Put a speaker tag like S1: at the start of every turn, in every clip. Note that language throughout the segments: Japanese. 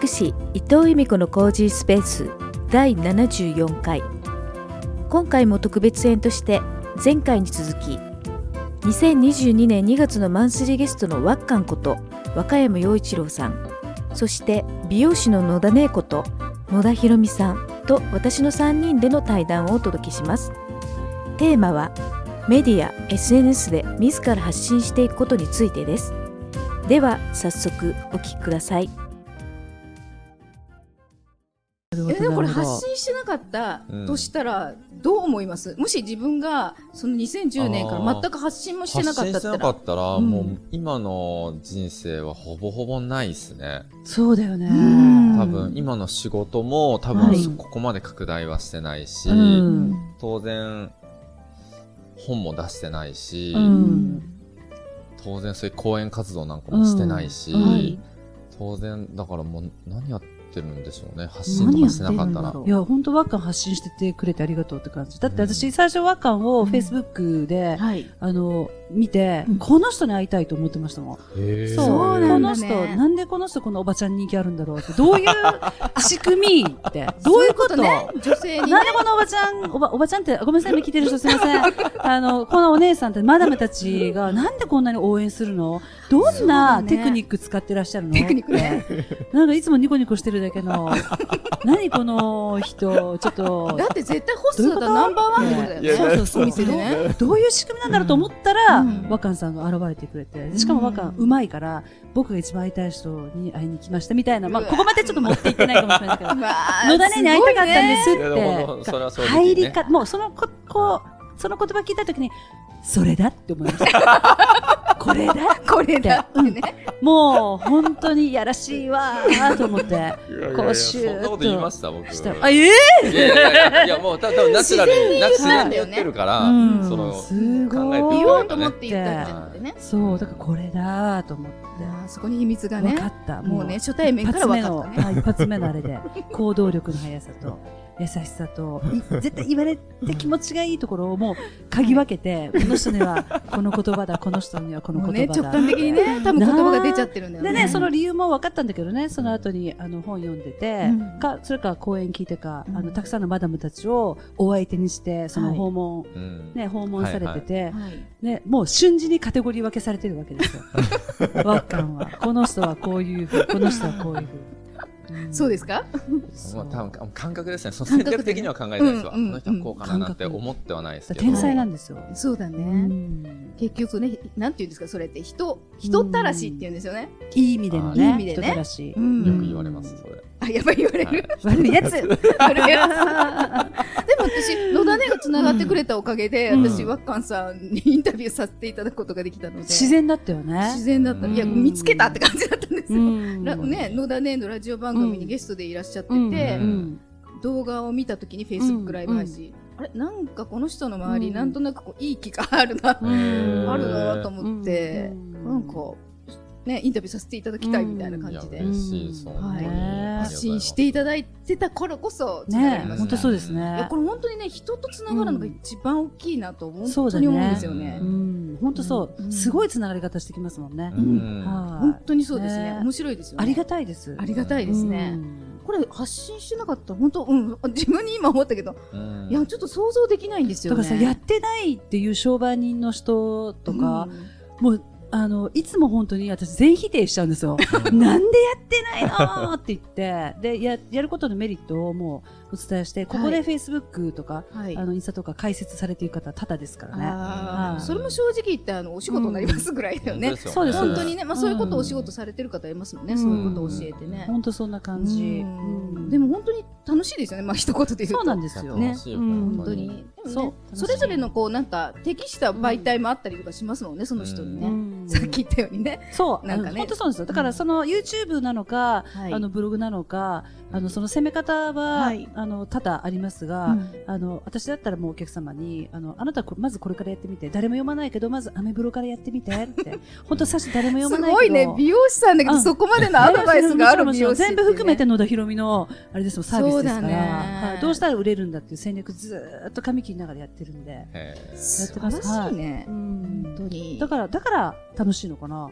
S1: 師伊藤由美子のコージースペース第74回。今回も特別編として前回に続き2022年2月のマンスリーゲストのワッカンこと若山陽一郎さん、そして美容師の野田寧子と野田博美さんと私の3人での対談をお届けします。テーマはメディア SNS で自ら発信していくことについてです。では早速お聞きください。
S2: でもこれ発信してなかったとしたらどう思います？もし自分がその2010年から全く発信もしてなかったって言ったら、
S3: 発信してなかったら、もう今の人生はほぼほぼないですね。
S4: そうだよね。
S3: 多分今の仕事も多
S4: はい
S3: 分ここまで拡大はしてないし、当然本も出してないし、当然そういう講演活動なんかもしてないし、当然だからもう何やってるんでしょうね、発信とかしてなかったら。
S4: いや本当ワッカン発信しててくれてありがとうって感じだって。私最初ワッカンをフェイスブックで、見て、この人に会いたいと思ってましたもん。
S2: そうなんだね。
S4: この人なんでこの人このおばちゃんに人気あるんだろうって、どういう仕組みってどういうこと
S2: ね、女性にね、
S4: なんでこのおばちゃんおばちゃんってごめんなさい聞いてる人すいませんこのお姉さんってマダムたちがなんでこんなに応援するの、どんなテクニック使ってらっしゃるの、
S2: テクニックね、
S4: なんかいつもニコニコしてるだけの何この人ちょっと
S2: だって絶対ホストだったらナンバーワンってことだよね。そうそう、お店でね、
S4: どういう仕組みなんだろうと思ったら、ワカンさんが現れてくれて、しかもワカンうまいから僕が一番会いたい人に会いに来ましたみたいな、ここまでちょっと持っていってないかもしれないけど野田姉に会いたかったんですって入りか、もうその言葉聞いたときにそれだって思いましたこれだってね、もう本当にやらしいわーと思ってこうシューッと。
S3: そんなこと言いました僕。
S4: い
S3: やもう多分ナチュラルに言ってるから、その
S4: すごい
S2: 言おうと思って言ったんじゃなくてね。
S4: そうだからこれだと思って、
S2: そこに秘密がね
S4: 分かった。
S2: もうね初対面から分かったね。
S4: 一発目のあれで行動力の速さと優しさと絶対言われて気持ちがいいところをもう嗅ぎ分けて、この人にはこの言葉だ、この人にはこの言葉だ、
S2: 直感的にね、多分言葉が出ちゃってるんだよね。
S4: でね、その理由も分かったんだけどね、その後に本読んでて、それから講演聞いてか、たくさんのマダムたちをお相手にしてその訪問されてて、ね、もう瞬時にカテゴリー分けされてるわけですよワッカンはこの人はこういうふう、この人はこういうふう。
S2: そうですか？
S3: 多分感覚ですね。その戦略的には考えないですわ。この人はこうかななんて思ってはないですけど。
S4: 天才なんですよ。
S2: そうだね。結局ね、なんていうんですか、それって人たらしって言うんですよね。
S4: いい意味でのね。
S2: いい意味でね。
S3: よく言われますそれ。
S2: やっぱり言われる。
S4: 悪いやつ。
S2: でも私野田姉がつながってくれたおかげで、私ワッカンさんにインタビューさせていただくことができたので。
S4: 自然だったよね。
S2: 自然だった。いや見つけたって感じだったんですよ。ね、野田姉のラジオ番組にゲストでいらっしゃってて、動画を見たときにフェイスブックライブ配信、あれなんかこの人の周りなんとなくこういい気があるなと思って、なんかねインタビューさせていただきたいみたいな感じで発信していただいてたからこそ
S4: ね、本当そうですね。
S2: これ本当にね、人とつながるのが一番大きいなと本当に思うんですよね。
S4: 本当そう、すごいつながり方してきますもんね。
S2: 本当にそうですね。面白いですよね。
S4: ありがたいです。
S2: ありがたいですね。これ発信してなかったら本当、自分に今思ったけど、いやちょっと想像できないんですよね。
S4: だからさ、やってないっていう商売人の人とか、もういつも本当に私全否定しちゃうんですよなんでやってないのって言ってでやることのメリットをもうお伝えして、ここでフェイスブックとか、インスタとか開設されている方はタダですからね。
S2: それも正直言ってお仕事になりますぐらいだよね。
S4: そうです
S2: 本当にね、そういうことをお仕事されてる方いますもんね。そういうことを教えてね。
S4: 本当そんな感じ。
S2: でも本当に楽しいですよね。一言で言うと。
S4: そうなんですよ
S2: ね。本当に。それぞれのこうなんか適した媒体もあったりとかしますもんね。その人にね。さっき言ったようにね。
S4: そうなんかね。本当そうですよ。だからその YouTube なのかブログなのかその攻め方は多々ありますが、私だったらもうお客様にあなたまずこれからやってみて、誰も読まないけどまずアメブロからやってみてって本当最初誰も読まないけど、
S2: すごいね、美容師さんだけどそこまでのアドバイスがある美容師
S4: 全部含めて野田博美のあれですもん、サービスですから、
S2: ね、
S4: どうしたら売れるんだっていう戦略ずーっと髪切りながらやってるんで、やってます。
S2: 素晴らしいね、本当に。
S4: だから楽しいのかな。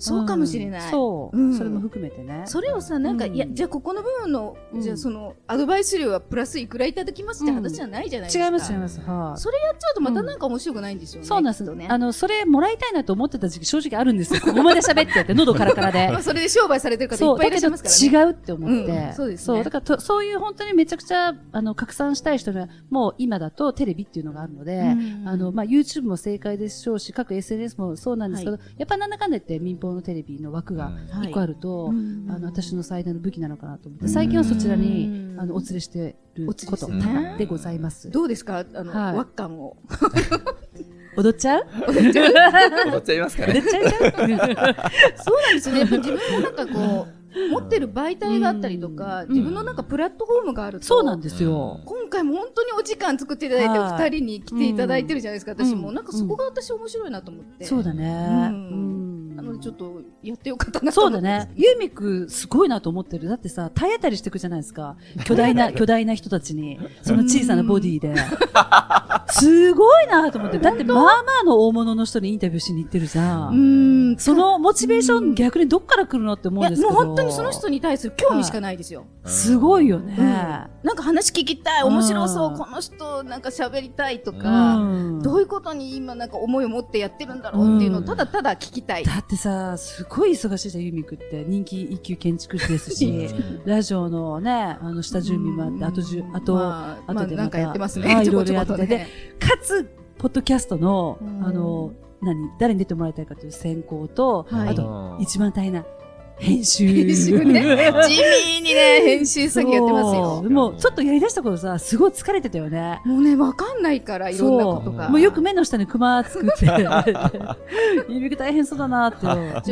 S2: そうかもしれない。
S4: そう。それも含めてね。
S2: それをさ、なんか、いや、じゃあここの部分の、じゃあその、アドバイス料はプラスいくらいただきますって話じゃないじゃないですか。
S4: 違います、違います。はい。
S2: それやっちゃうとまたなんか面白くないんですよね。
S4: そうなんですね。それもらいたいなと思ってた時期正直あるんですよ。ここまで喋ってて、喉カラカラで。
S2: それで商売されてる方いっぱいいらっしゃいますからね。
S4: 違うって思って。
S2: そうです
S4: ね。そう、だからそういう本当にめちゃくちゃ、拡散したい人が、もう今だとテレビっていうのがあるので、YouTube も正解でしょうし、各 SNS もそうなんですけど、やっぱなんだかんだ言って民放のテレビの枠が一個あると、私の最大の武器なのかなと思って、最近はそちらに、お連れしてることでございます。
S2: どうですかワッカンを。
S4: 踊っちゃう？
S3: 踊っちゃいますかね。
S4: 踊っちゃう？
S2: そうなんですよね。やっぱ自分のなんかこう、持ってる媒体があったりとか、自分のなんかプラットフォームがあると。
S4: そうなんですよ。
S2: 今回も本当にお時間作っていただいて、二人に来ていただいてるじゃないですか、私も。なんかそこが私面白いなと思って。
S4: そうだね。
S2: なのでちょっとやってよかったな
S4: と思って。そうだね。ユーミクすごいなと思ってる。だってさ、体当たりしていくじゃないですか。巨大な人たちに。その小さなボディで。すごいなと思って。だってまあまあの大物の人にインタビューしに行ってるじゃん。そのモチベーション逆にどっから来るのって思うんですけど。
S2: もう本当にその人に対する興味しかないですよ。
S4: すごいよね。
S2: なんか話聞きたい、面白そう、この人なんか喋りたいとか、どういうことに今なんか思いを持ってやってるんだろうっていうのをただただ聞きたい。
S4: だってさ、すごい忙しいじゃん、ユミクって。人気一級建築士ですし、ラジオのね、下準備もあって、あとで
S2: なんかやってますね。
S4: いろいろやってて。かつ、ポッドキャストの、誰に出てもらいたいかという選考と、あと、一番大変な、編集ね。
S2: 地味にね、編集作業やってますよ。
S4: もう、ちょっとやりだした頃さ、すごい疲れてたよね。
S2: もうね、わかんないから、いろんなことが。
S4: もうよく目の下にクマ作って、指大変そうだなって、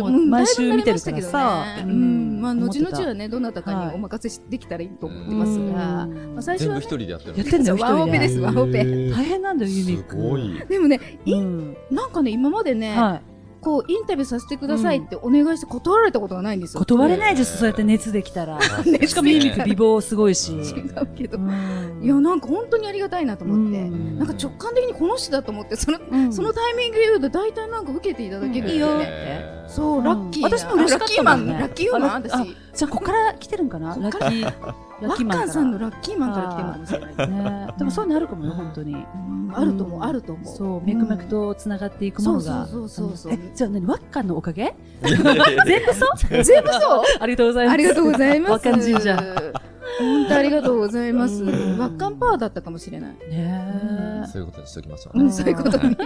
S4: 毎週見てるからさ。
S2: まあ、後々はね、どなたかにお任せできたらいいと思ってますが、最初は。
S3: 全部一人でやってる。
S4: やってんだよ、
S2: ワンオペです、ワンオペ。
S4: 大変なんだよ、ユミク。
S2: でもね、なんかね、今までね、こうインタビューさせてくださいってお願いして断られたことがないんですよ。
S4: 断れないです、そうやって熱できたら。しかもユミク美貌すごいし。
S2: 違うけど。いや、なんか本当にありがたいなと思って。なんか直感的にこの人だと思って、そのタイミングで言うと大体なんか受けていただけるんですよね。そう、ラッキー。
S4: 私も嬉しかったもんね。
S2: ラッキーウーマン、私。
S4: じゃあ、ここから来てるんかなラッキー。
S2: ワッカンさんのラッキーマンから来てるかもしれない
S4: ね。でもそういうのあるかもよ、本当に。
S2: あると思う、あると思う。
S4: そう、めくめくと繋がっていくものが。
S2: そう。
S4: じゃあ何、ワッカンのおかげ
S3: 全部
S2: そう全部そう
S4: ありがとうございます。
S2: ありがとうございます。
S4: ワッカン神社。
S2: 本当ありがとうございます。ワッカンパワーだったかもしれない。
S3: ねそういうことにしておきましょうね。
S2: そういうことに。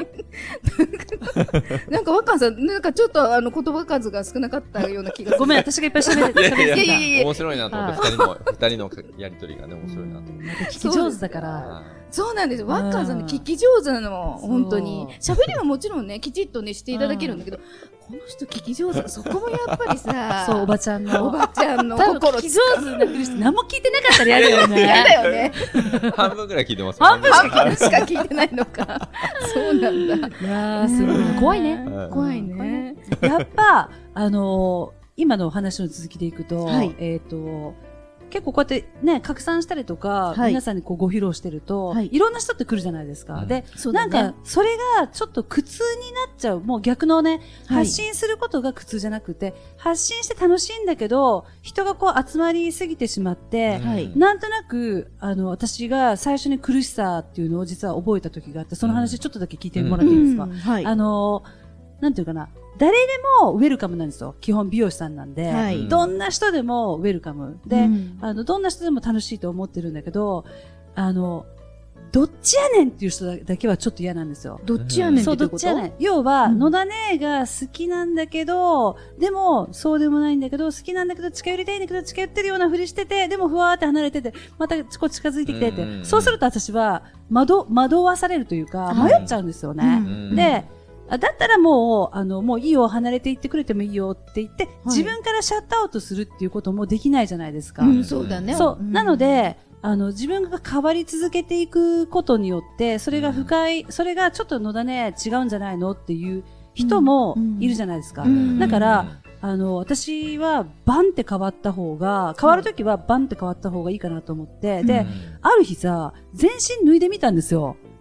S2: なんかワッカンさん、なんかちょっと言葉数が少なかったような気がする。
S4: ごめん、私がいっぱい喋ってた。
S2: いや
S3: 面白いなと思って、二人のやりとりがね、面白いなと思って。
S4: 聞き上手だから。
S2: そうなんですよ。ワッカンさんの聞き上手なの、本当に。喋りはもちろんね、きちっとね、していただけるんだけど、この人聞き上手。そこもやっぱりさ、
S4: そう、おばちゃんの
S2: 心。
S4: 聞き上手なふりして何も聞いてなかったら嫌だよね。
S2: 嫌だよね。
S3: 半分ぐらい聞いてます
S2: 半分しか聞いてないのか。そうなんだ。
S4: いやー、すごい。怖いね。
S2: 怖いね。
S4: やっぱ、今のお話の続きでいくと、結構こうやってね、拡散したりとか、皆さんにこうご披露してると、いろんな人って来るじゃないですか。で、なんか、それがちょっと苦痛になっちゃう。もう逆のね、発信することが苦痛じゃなくて、発信して楽しいんだけど、人がこう集まりすぎてしまって、なんとなく、私が最初に苦しさっていうのを実は覚えた時があって、その話ちょっとだけ聞いてもらっていいですか？なんていうかな。誰でもウェルカムなんですよ。基本美容師さんなんで。どんな人でもウェルカム。で、どんな人でも楽しいと思ってるんだけど、どっちやねんっていう人だけはちょっと嫌なんですよ。
S2: どっちやねんって
S4: そう、どっちやねん。要は、野田姉が好きなんだけど、でも、そうでもないんだけど、好きなんだけど、近寄りたいんだけど、近寄ってるようなふりしてて、でもふわーって離れてて、またこう近づいてきてって。そうすると私は、惑わされるというか、迷っちゃうんですよね。で、だったらもういいよ、離れていってくれてもいいよって言って、自分からシャットアウトするっていうこともできないじゃないですか。
S2: そうだね。
S4: そう。なので、自分が変わり続けていくことによって、それがそれがちょっと野田ね、違うんじゃないのっていう人もいるじゃないですか。だから、私はバンって変わった方が、変わるときはバンって変わった方がいいかなと思って、で、ある日さ、全身脱いでみたんですよ。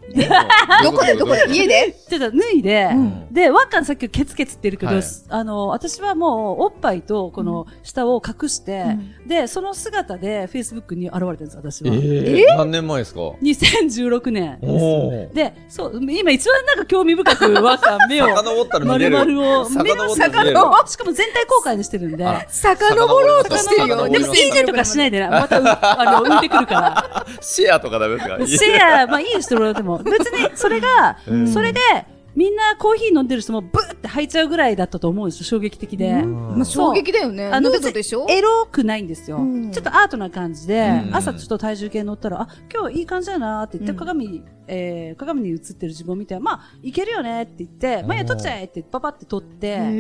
S2: どこで家で
S4: ちょっと脱いで、で、ワッカンさっきケツケツって言ってるけど、私はもうおっぱいとこの下を隠して、で、その姿で Facebook に現れてるんです、私は。
S3: 何年前ですか？
S4: 2016 年です。で、そう、今一番なんか興味深くワッカン目を、丸々を、目の遡しかも全体公開にしてるんで、
S2: 遡ろうとしてるよ。
S4: でもいいねとかしないでな、また浮いてくるから。
S3: シェアとかダメですか？
S4: シェア、まあいいよしてもらっても。別にそれが、それで、みんなコーヒー飲んでる人もブーって吐いちゃうぐらいだったと思うんですよ、衝撃的で。
S2: まあ衝撃だよね。ヌードでしょ？
S4: エロくないんですよ。ちょっとアートな感じで、朝ちょっと体重計乗ったら、あ、今日いい感じだなって言って、鏡に映ってる自分を見て、まあ、いけるよねって言って、まあ、撮っちゃえってパパって撮って、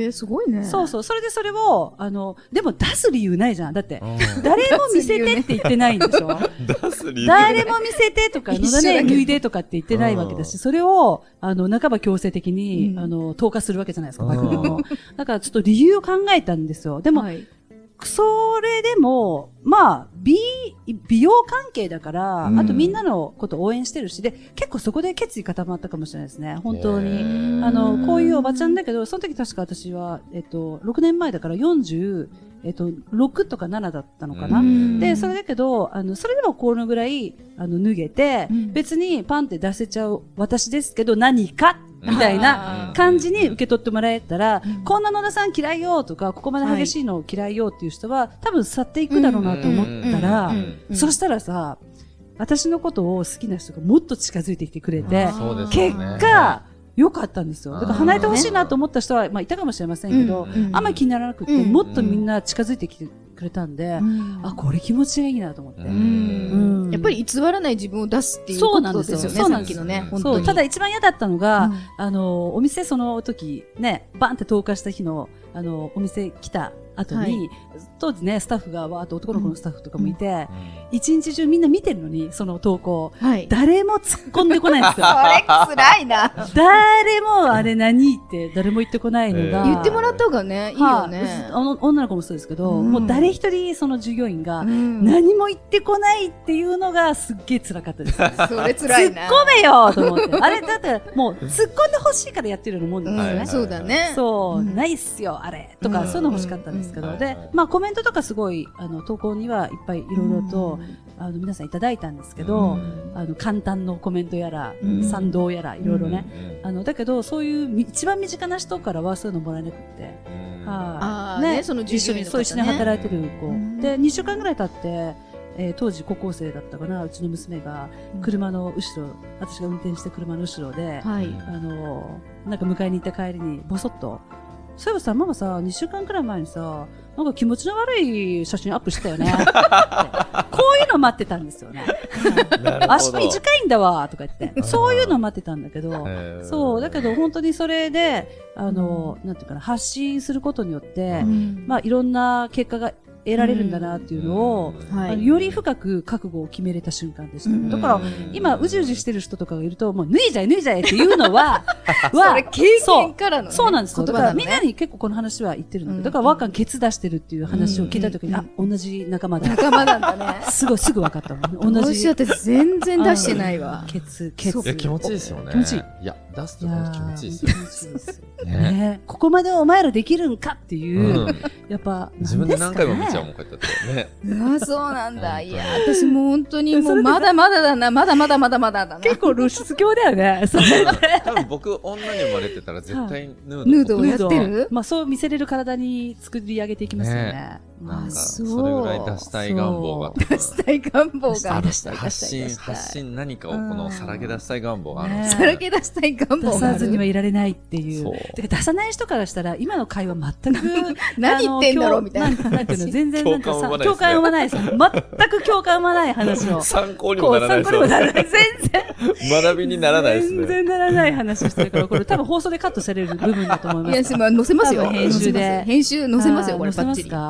S2: すごいね。
S4: そうそう、それでそれを、でも出す理由ないじゃん。だって、誰も見せてって言ってないんでしょ？
S3: 出す理由
S4: 誰も見せてとか、野田ね、脱いでとかって言ってないわけだし、それを、半ば強制的に、投下するわけじゃないですか、番組も。だからちょっと理由を考えたんですよ。でも、それでも、まあ、美容関係だから、あとみんなのことを応援してるし、で、結構そこで決意固まったかもしれないですね。本当に。こういうおばちゃんだけど、その時確か私は、6年前だから6とか7だったのかな。で、それだけど、それでもこのぐらい、脱げて、別にパンって出せちゃう私ですけど、何かみたいな感じに受け取ってもらえたら、こんな野田さん嫌いよとか、ここまで激しいの嫌いよっていう人は、多分去っていくだろうなと思ったら、そしたらさ、私のことを好きな人がもっと近づいてきてくれて、結果、良かったんですよ。だから離れてほしいなと思った人は、まあいたかもしれませんけど、あんまり気にならなくて、もっとみんな近づいてきてくれたんで、あ、これ気持ちがいいなと思って。
S2: やっぱり偽らない自分を出すっていうことですよね。そうなんですよね。
S4: そう。ただ一番嫌だったのが、お店その時、ね、バンって投下した日の、お店来た後に、当時ね、スタッフがわーっと男の子のスタッフとかもいて、一日中みんな見てるのに、その投稿。誰も突っ込んでこないんですよ。
S2: それ辛いな。
S4: 誰もあれ何って誰も言ってこないのが。
S2: 言ってもらった方がね、いいよね。
S4: 女の子もそうですけど、もう誰一人その従業員が何も言ってこないっていうのがすっげえ辛かったですね。
S2: それ辛いな。
S4: 突っ込めよと思って。あれだってもう突っ込んでほしいからやってるようなもんですよね。
S2: そうだね。
S4: そう、ないっすよ、あれ。とか、そういうの欲しかったんですけど。で、まあコメントとかすごい、投稿にはいっぱいいろいろと、皆さんいただいたんですけど、簡単のコメントやら、賛同やら、いろいろね。だけど、そういう一番身近な人からはそういうのもらえなくて。
S2: はい。ね、その
S4: 一緒に、そう一緒に働いてる子。で、2週間ぐらい経って、当時高校生だったかな、うちの娘が車の後ろ、私が運転して車の後ろで、なんか迎えに行った帰りにボソッと、そういえばさ、ママさ、2週間くらい前にさ、なんか気持ちの悪い写真アップしたよね。こういうの待ってたんですよね。足短いんだわ、とか言って。そういうの待ってたんだけど、そう、だけど本当にそれで、なんていうかな、発信することによって、まあいろんな結果が得られるんだなっていうのを、より深く覚悟を決めれた瞬間でしたね。だから、今、うじうじしてる人とかがいると、もう、脱いじゃえっていうのは、
S2: それ経験からのね。
S4: そうなんですよ。だから、みんなに結構この話は言ってるんだけど、だから、ワッカンケツ出してるっていう話を聞いたときに、あ、同じ仲間だ。
S2: 仲間なんだね。
S4: すぐ分かったもん。
S2: 同じ。私全然出してないわ。
S4: ケツ。
S3: いや、気持ちいいですよね。
S4: 気持ちいい。
S3: いや、出すと気持ちいいですよ。
S4: 気持ちいいですよ。ね。ここまでお前らできるんかっていう、やっぱ、
S3: 自分で何回も見ちゃうもん、こうやってね。
S2: あ、そうなんだ。いや、私も本当にもうまだまだだな、まだだな。
S4: 結構露出狂だよね。
S3: 多分僕、女に生まれてたら絶対ヌ
S2: ードをやってる？
S4: まあそう見せれる体に作り上げていきますよね。
S3: なんか、それぐらい出したい願望が。
S2: 出したい願望が。
S3: 発信何かをこのさらけ出したい願望がある。
S2: さらけ出したい願望
S4: がある。出さずにはいられないっていう。出さない人からしたら、今の会話全く、
S2: 何言ってんだろうみたいな。
S4: なんていうの、全然なんかさ、共感生まないです。全く共感生まない話を。
S3: 参考にもならない。
S4: 参考にもならない。全
S3: 然。学びにならないですね。
S4: 全然ならない話してるから、これ多分放送でカットされる部分だと思います。
S2: いや、載せますよ。
S4: 編集で。
S2: 編集載せますよ、これ、
S4: バッチリ。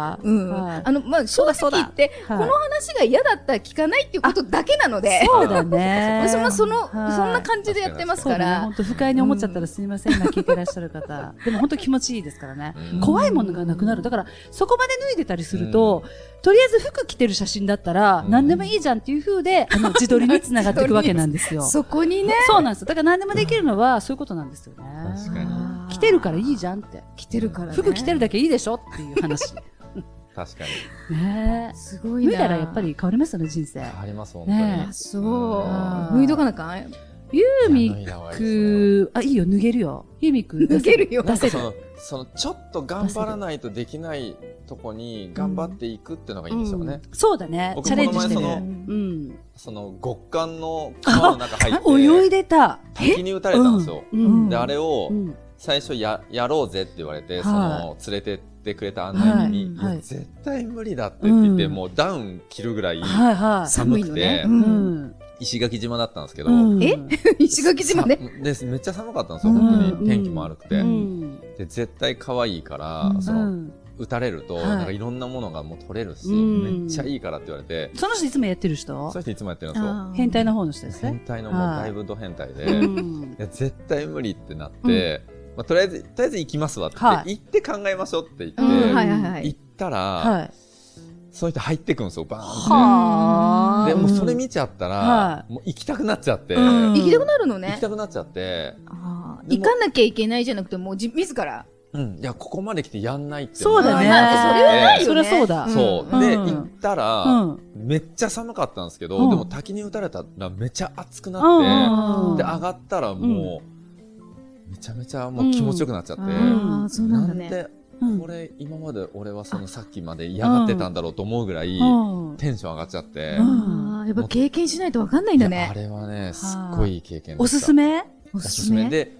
S2: まあ、正直言って、この話が嫌だったら聞かないっていうことだけなので。
S4: そうだね。
S2: 私もそんな感じでやってますから。
S4: 本当不快に思っちゃったらすみません、今聞いてらっしゃる方。でも本当気持ちいいですからね。怖いものがなくなる。だから、そこまで脱いでたりすると、とりあえず服着てる写真だったら、何でもいいじゃんっていう風で、自撮りにつながっていくわけなんですよ。
S2: そこにね。
S4: そうなんですよ。だから何でもできるのは、そういうことなんですよね。
S3: 確かに。
S4: 着てるからいいじゃんって。
S2: 着てるからね。
S4: 服着てるだけいいでしょっていう話。
S3: 確かに。
S4: ねえ。
S2: すごいな。
S4: 脱いだらやっぱり変わりますよね、人生。
S3: 変わります、本当に。
S2: そう。脱いどかなかん。
S4: ユーミック、いいよ、脱げるよ。ユーミック。
S2: 脱げるよ。
S3: 出せる。ちょっと頑張らないとできないとこに頑張っていくっていうのがいいんですよね。
S4: そうだね。チャレンジしてね。
S3: 極寒の川の中入って。
S4: 泳いでた。
S3: 滝に打たれたんですよ。で、あれを、最初やろうぜって言われて、連れてってくれた案内人に、絶対無理だって言って、もうダウン着るぐらい寒くて、石垣島だったんですけど。
S2: 石垣島ね。
S3: めっちゃ寒かったんですよ、本当に。天気も悪くて。で、絶対可愛いから、打たれると、なんかいろんなものがもう取れるし、めっちゃいいからって言われて。
S4: その人いつもやってる人？
S3: その人いつもやってるんですよ。
S4: 変態の方の人ですね。
S3: 変態のもうだいぶド変態で、いや絶対無理ってなって、とりあえず行きますわって言って考えましょうって言って、行ったら、そうやって入ってくんですよ、バーンって。でもそれ見ちゃったら、もう行きたくなっちゃって。
S2: 行きたくなるのね。
S3: 行きたくなっちゃって。
S2: 行かなきゃいけないじゃなくて、もう自ら。
S3: いや、ここまで来てやんないって。
S4: そうだね。
S2: それはないよね。
S4: そりゃそうだ。
S3: そう。で、行ったら、めっちゃ寒かったんですけど、でも滝に打たれたらめっちゃ暑くなって、で、上がったらもう、めちゃめちゃもう気持ちよくなっちゃって。
S2: そうなんだね。
S3: なんで、これ今まで俺はさっきまで嫌がってたんだろうと思うぐらいテンション上がっちゃって。
S2: やっぱ経験しないとわかんないんだね。
S3: あれはね、すっごいいい経験でした。
S4: おすすめ？
S3: おすすめで、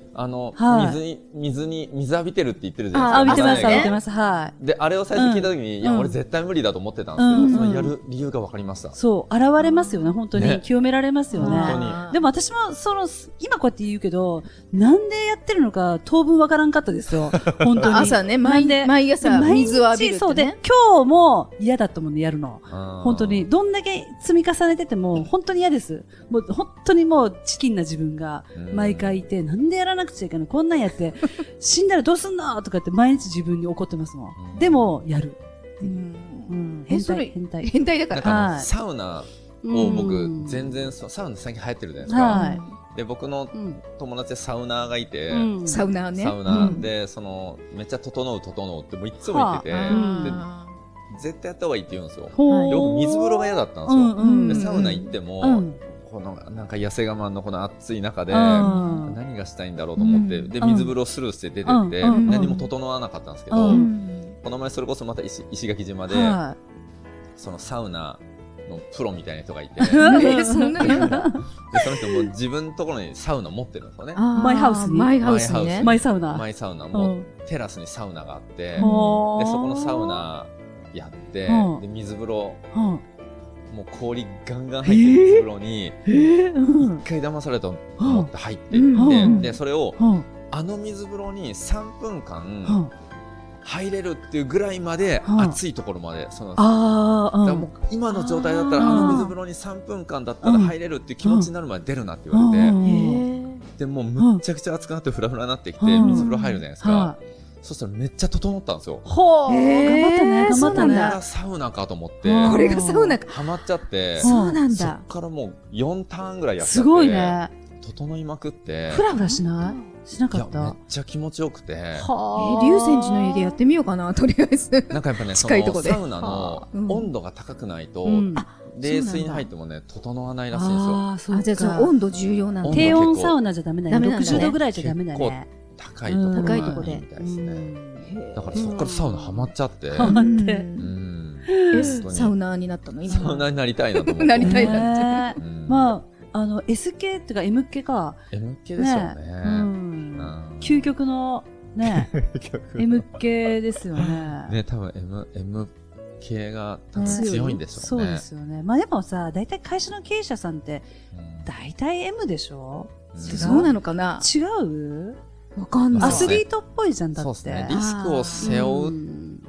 S3: 水浴びてるって言ってるじゃないですか。
S4: 浴びてます。はい。
S3: で、あれを最初聞いた時に、いや、俺絶対無理だと思ってたんですけど、そのやる理由が分かりました。
S4: そう、現れますよね、本当に。清められますよね。でも私も、今こうやって言うけど、なんでやってるのか、当分分からんかったですよ。本当に。
S2: 朝ね、毎朝水を浴びる。
S4: そうで、今日も嫌だったもんね、やるの。本当に。どんだけ積み重ねてても、本当に嫌です。もう、本当にもう、チキンな自分が、毎回いて、なんでやらなくちゃいけない、こんなんやって、死んだらどうすんのとかって毎日自分に怒ってますもん。でも、やる。変
S2: 態だから。
S3: サウナを僕、全然、サウナ最近流行ってるじゃないですか。で、僕の友達でサウナーがいて、
S2: サウナーね。
S3: サウナーで、めっちゃ整うってもういつも言ってて、絶対やった方がいいって言うんですよ。で、僕水風呂が嫌だったんですよ。で、サウナ行っても、このなんか痩せ我慢のこの暑い中で何がしたいんだろうと思って、で水風呂スルーして出てって何も整わなかったんですけど、この前それこそまた石垣島でそのサウナのプロみたいな人がいて、その人も自分のところにサウナ持ってるんですよね。
S4: マイハウスに。
S2: マイハウスにね。
S4: マイサウナ。
S3: マイサウナもテラスにサウナがあって、でそこのサウナやってで水風呂もう氷ガンガン入ってる水風呂に一回騙されたと思って入っていって、でそれをあの水風呂に3分間入れるっていうぐらいまで暑いところまで、もう今の状態だったらあの水風呂に3分間だったら入れるっていう気持ちになるまで出るなって言われて、でもうむっちゃくちゃ暑くなってフラフラになってきて水風呂入るじゃないですか。そしたらめっちゃ整ったんですよ。
S4: 頑張ったね、頑張ったね。
S3: これがサウナかと思って。
S2: これがサウナか。
S3: ハマっちゃって。
S2: そうなんだ。
S3: そっからもう4ターンぐらいやっちゃって。
S4: すごいね。
S3: 整いまくって。
S4: フラフラしないしなかった。
S3: めっちゃ気持ちよくて。
S2: 竜泉寺の家でやってみようかな、とりあえず。
S3: なんかやっぱね、
S2: 近いとこで。
S3: サウナの温度が高くないと、冷水に入ってもね、整わないらしいんですよ。
S2: じゃあ温度重要なんだ。
S4: 低温サウナじゃダメだね。60度ぐらいじゃダメだね。
S3: 高いところで。みたいですね。だからそこからサウナハマっちゃって。
S4: ハマって。
S2: サウナーになったの今。
S3: サウナーになりたいなと思って。
S2: なりたいなって。
S4: まあ、S 系っていうか M 系か。
S3: M 系ですよね。
S4: 究極のね、M 系ですよね。
S3: ね、多分 M 系が強いんでしょうね。
S4: そうですよね。まあでもさ、大体会社の経営者さんって、大体 M でしょ？
S2: そうなのかな？
S4: 違う？
S2: わかんない。
S4: アスリートっぽいじゃんだって。
S3: そうですね。リスクを背負う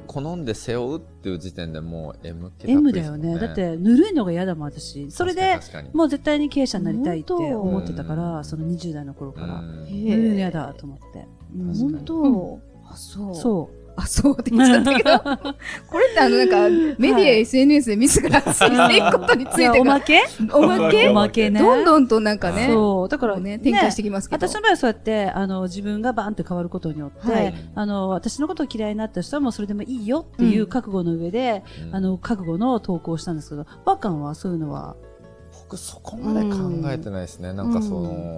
S3: 好んで背負うっていう時点でもう M 系
S4: M だよね。だってぬるいのが嫌だもん私。それでもう絶対に経営者になりたいって思ってたから、その20代の頃からぬるいの嫌だと思って。
S2: 本当。あ、そう。
S4: そう。
S2: あ、そうって言っちゃったけど、これってなんか、メディア、SNS で自ら発信していくことについて
S4: おまけ
S2: おまけ
S4: ね。
S2: どんどんとなんかね、
S4: そう、だから
S2: ね、展開してきますけど。
S4: 私の場合はそうやって、自分がバーンって変わることによって、私のことを嫌いになった人はもうそれでもいいよっていう覚悟の上で、覚悟の投稿をしたんですけど、バカンはそういうのは
S3: 僕そこまで考えてないですね。なんかその、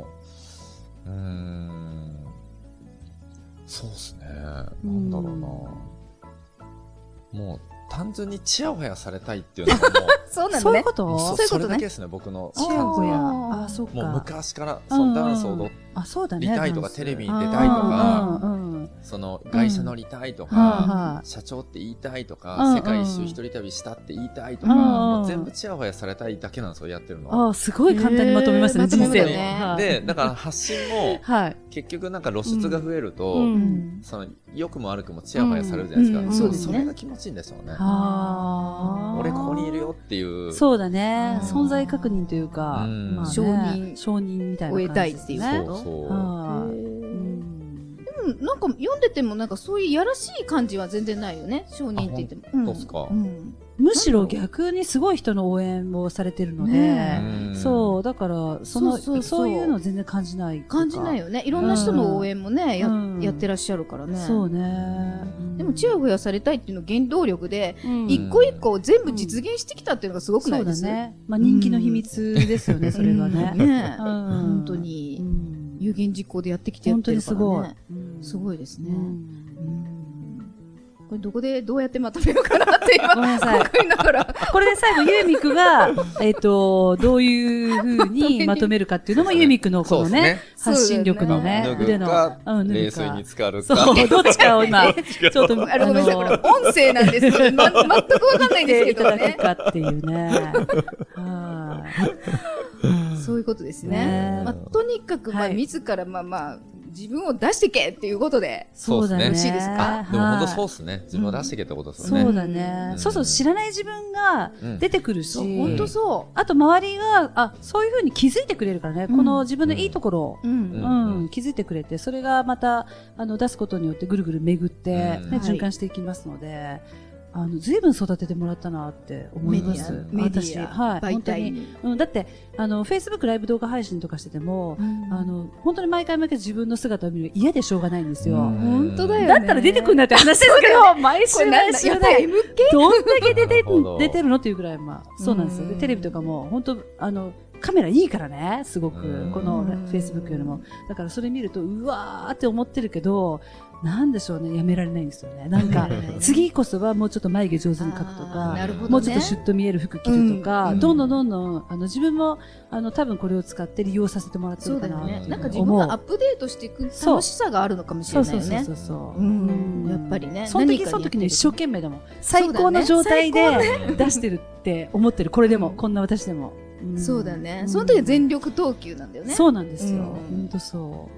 S3: そうですね。なんだろうな。もう単純にチヤホヤされたいっていうのがもう
S2: そうなんだね。
S4: そういうこと？
S2: そういうことね。
S3: それだけですね、僕の。
S4: チヤホヤ。あ、そうか。
S3: もう昔からそのダンスを踊りたいとか、テレビに出たいとか、その会社乗りたいとか、社長って言いたいとか、世界一周一人旅したって言いたいとか、もう全部チヤホヤされたいだけなんですよ、やってるのは。
S4: あ、すごい簡単にまとめますね、人生
S3: を。で、だから発信も、結局なんか露出が増えると、その良くも悪くもチヤホヤされるじゃないですか。それが気持ちいいんでしょうね。俺ここにいるよっていう。
S4: そうだね。存在確認というか、
S2: 承認
S4: みたいな
S2: を得たいっていう。
S3: そう。
S2: なんか読んでてもなんかそういうやらしい感じは全然ないよね。承認って言っても。
S3: どうですか。
S4: むしろ逆にすごい人の応援をされてるので、そうだからそういうの全然感じない。
S2: 感じないよね。いろんな人の応援もねやってらっしゃるからね。
S4: そうね。
S2: でもチヤホヤされたいっていうの原動力で一個一個全部実現してきたっていうのがすごくないですか。
S4: そうだね。まあ人気の秘密ですよね、それはね。
S2: ね、本当に有言実行でやってきてやってるからね。すごいですね。これどこでどうやってまとめようかなって今考えながら。
S4: これで最後ユーミクがどういう風にまとめるかっていうのもユーミクのこのね発信力のね
S3: 腕の冷水に浸かるか。
S4: そうどっちかを今ちょっと
S2: ごめんなさいこれ音声なんですけど全くわかんないんですけどね。
S4: いただくかっていうね。
S2: そういうことですね。まあとにかくまあ自らまあ自分を出してけっていうことで。
S4: そうだね。
S2: 欲しいですか。
S3: でも本当そうですね。自分を出してけってことですよね。
S4: そうだね。そうそう、知らない自分が出てくるし。
S2: 本当そう。
S4: あと周りが、そういうふうに気づいてくれるからね。この自分のいいところを、気づいてくれて、それがまた、出すことによってぐるぐる巡って、循環していきますので、随分育ててもらったなって思います。
S2: メディア、
S4: 本当に。だって、Facebook ライブ動画配信とかしてても、本当に毎回自分の姿を見る嫌でしょうがないんですよ。
S2: 本当だよね。
S4: だったら出てくんなって話ですけど、毎週毎週ね、どんだけ出てるのっていうぐらい、そうなんですよ。テレビとかも、本当カメラいいからね、すごく。この Facebook よりも。だからそれ見ると、うわーって思ってるけど、なんでしょうね、やめられないんですよね。なんか、次こそはもうちょっと眉毛上手に描くとか、もうちょっとシュッと見える服着るとか、どんどん、自分も、多分これを使って利用させてもらってるかな。そうだよね。
S2: なんか自分がアップデートしていく楽しさがあるのかもしれないよね。
S4: そう。
S2: やっぱりね。
S4: その時に一生懸命だもん。最高の状態で出してるって思ってる。これでも、こんな私でも。
S2: そうだね。その時は全力投球なんだよね。
S4: そうなんですよ。本当そう。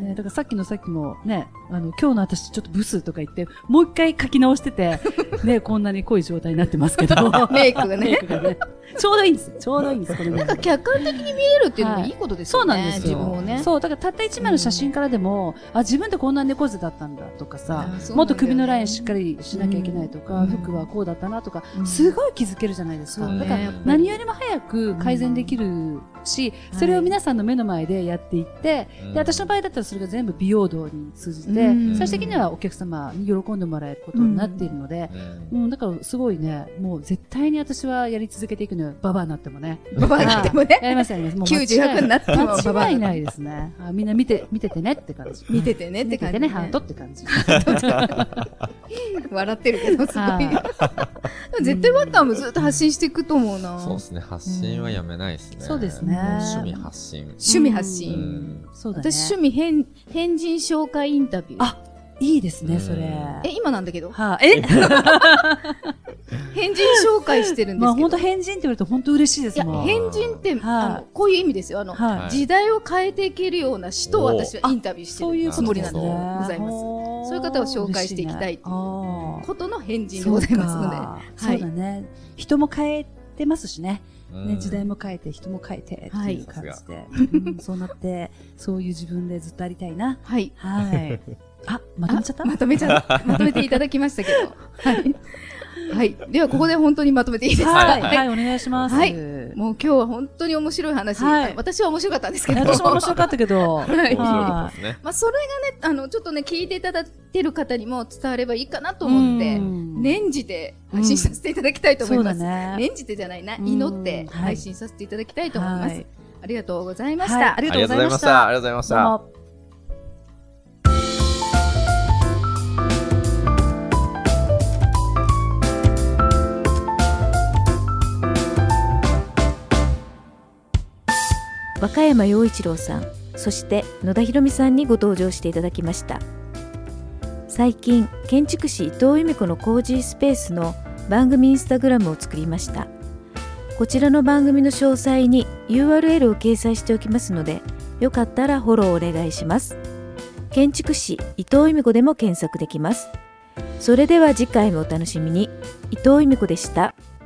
S4: だからさっきもね、今日の私ちょっとブスとか言って、もう一回書き直してて、ね、こんなに濃い状態になってますけど。
S2: メイクがね。
S4: ちょうどいいんです。これ
S2: なんか客観的に見れるっていうのもいいことですよね。そうなんですよ。自分をね。
S4: そう、だからたった一枚の写真からでも、自分ってこんな猫背だったんだとかさ、もっと首のラインしっかりしなきゃいけないとか、服はこうだったなとか、すごい気づけるじゃないですか。だから何よりも早く改善できるし、それを皆さんの目の前でやっていって、で、私の場合だったらそれが全部美容道に通じて、最終的にはお客様に喜んでもらえることになっているので、だからすごいね、もう絶対に私はやり続けていくのよ。ババアになってもね。
S2: ババアになってもね。
S4: やりますやります。もう
S2: 96になっても
S4: ババア。間違いないですね。みんな見ててねって感じ。
S2: 見ててねって感じ。
S4: 見ててね、ハートって感じ。
S2: 笑ってるけど、すごい。絶対ワッカーもずっと発信していくと思うな。
S3: そうですね。発信はやめないですね。
S4: そうですね。
S3: 趣味発信。
S2: 趣味発信。
S4: そうだね。
S2: 私趣味変人紹介インタビュー。
S4: いいですね、それ。
S2: 今なんだけど。変人紹介してるんですけど。
S4: 本当変人って言われると本当嬉しいですもん。
S2: 変人って、こういう意味ですよ。時代を変えていけるような人を私はインタビューしてるつもりなんでございます。 そういう方を紹介していきたいということの返事でございますので、
S4: そうだね。人も変えてますしね。時代も変えて人も変えてっていう感じで、そうなってそういう自分でずっとありたいな。はい。あ、まとめちゃった？
S2: まとめていただきましたけど。はい。ではここで本当にまとめていいですか？
S4: はい、お願いします。
S2: はい。もう今日は本当に面白い話。私は面白かったんですけど。
S4: 私も面白かったけど。はい。
S2: まあそれがね、ちょっとね聞いていただいてる方にも伝わればいいかなと思って念じて配信させていただきたいと思います。念じてじゃないな、祈って配信させていただきたいと思います。ありがとうございました。
S3: ありがとうございました。ありがとうございました。
S1: 若山陽一郎さん、そして野田博美さんにご登場していただきました。最近建築士伊藤由美子のコージースペースの番組インスタグラムを作りました。こちらの番組の詳細に URL を掲載しておきますので、よかったらフォローお願いします。建築士伊藤由美子でも検索できます。それでは次回もお楽しみに。伊藤由美子でした。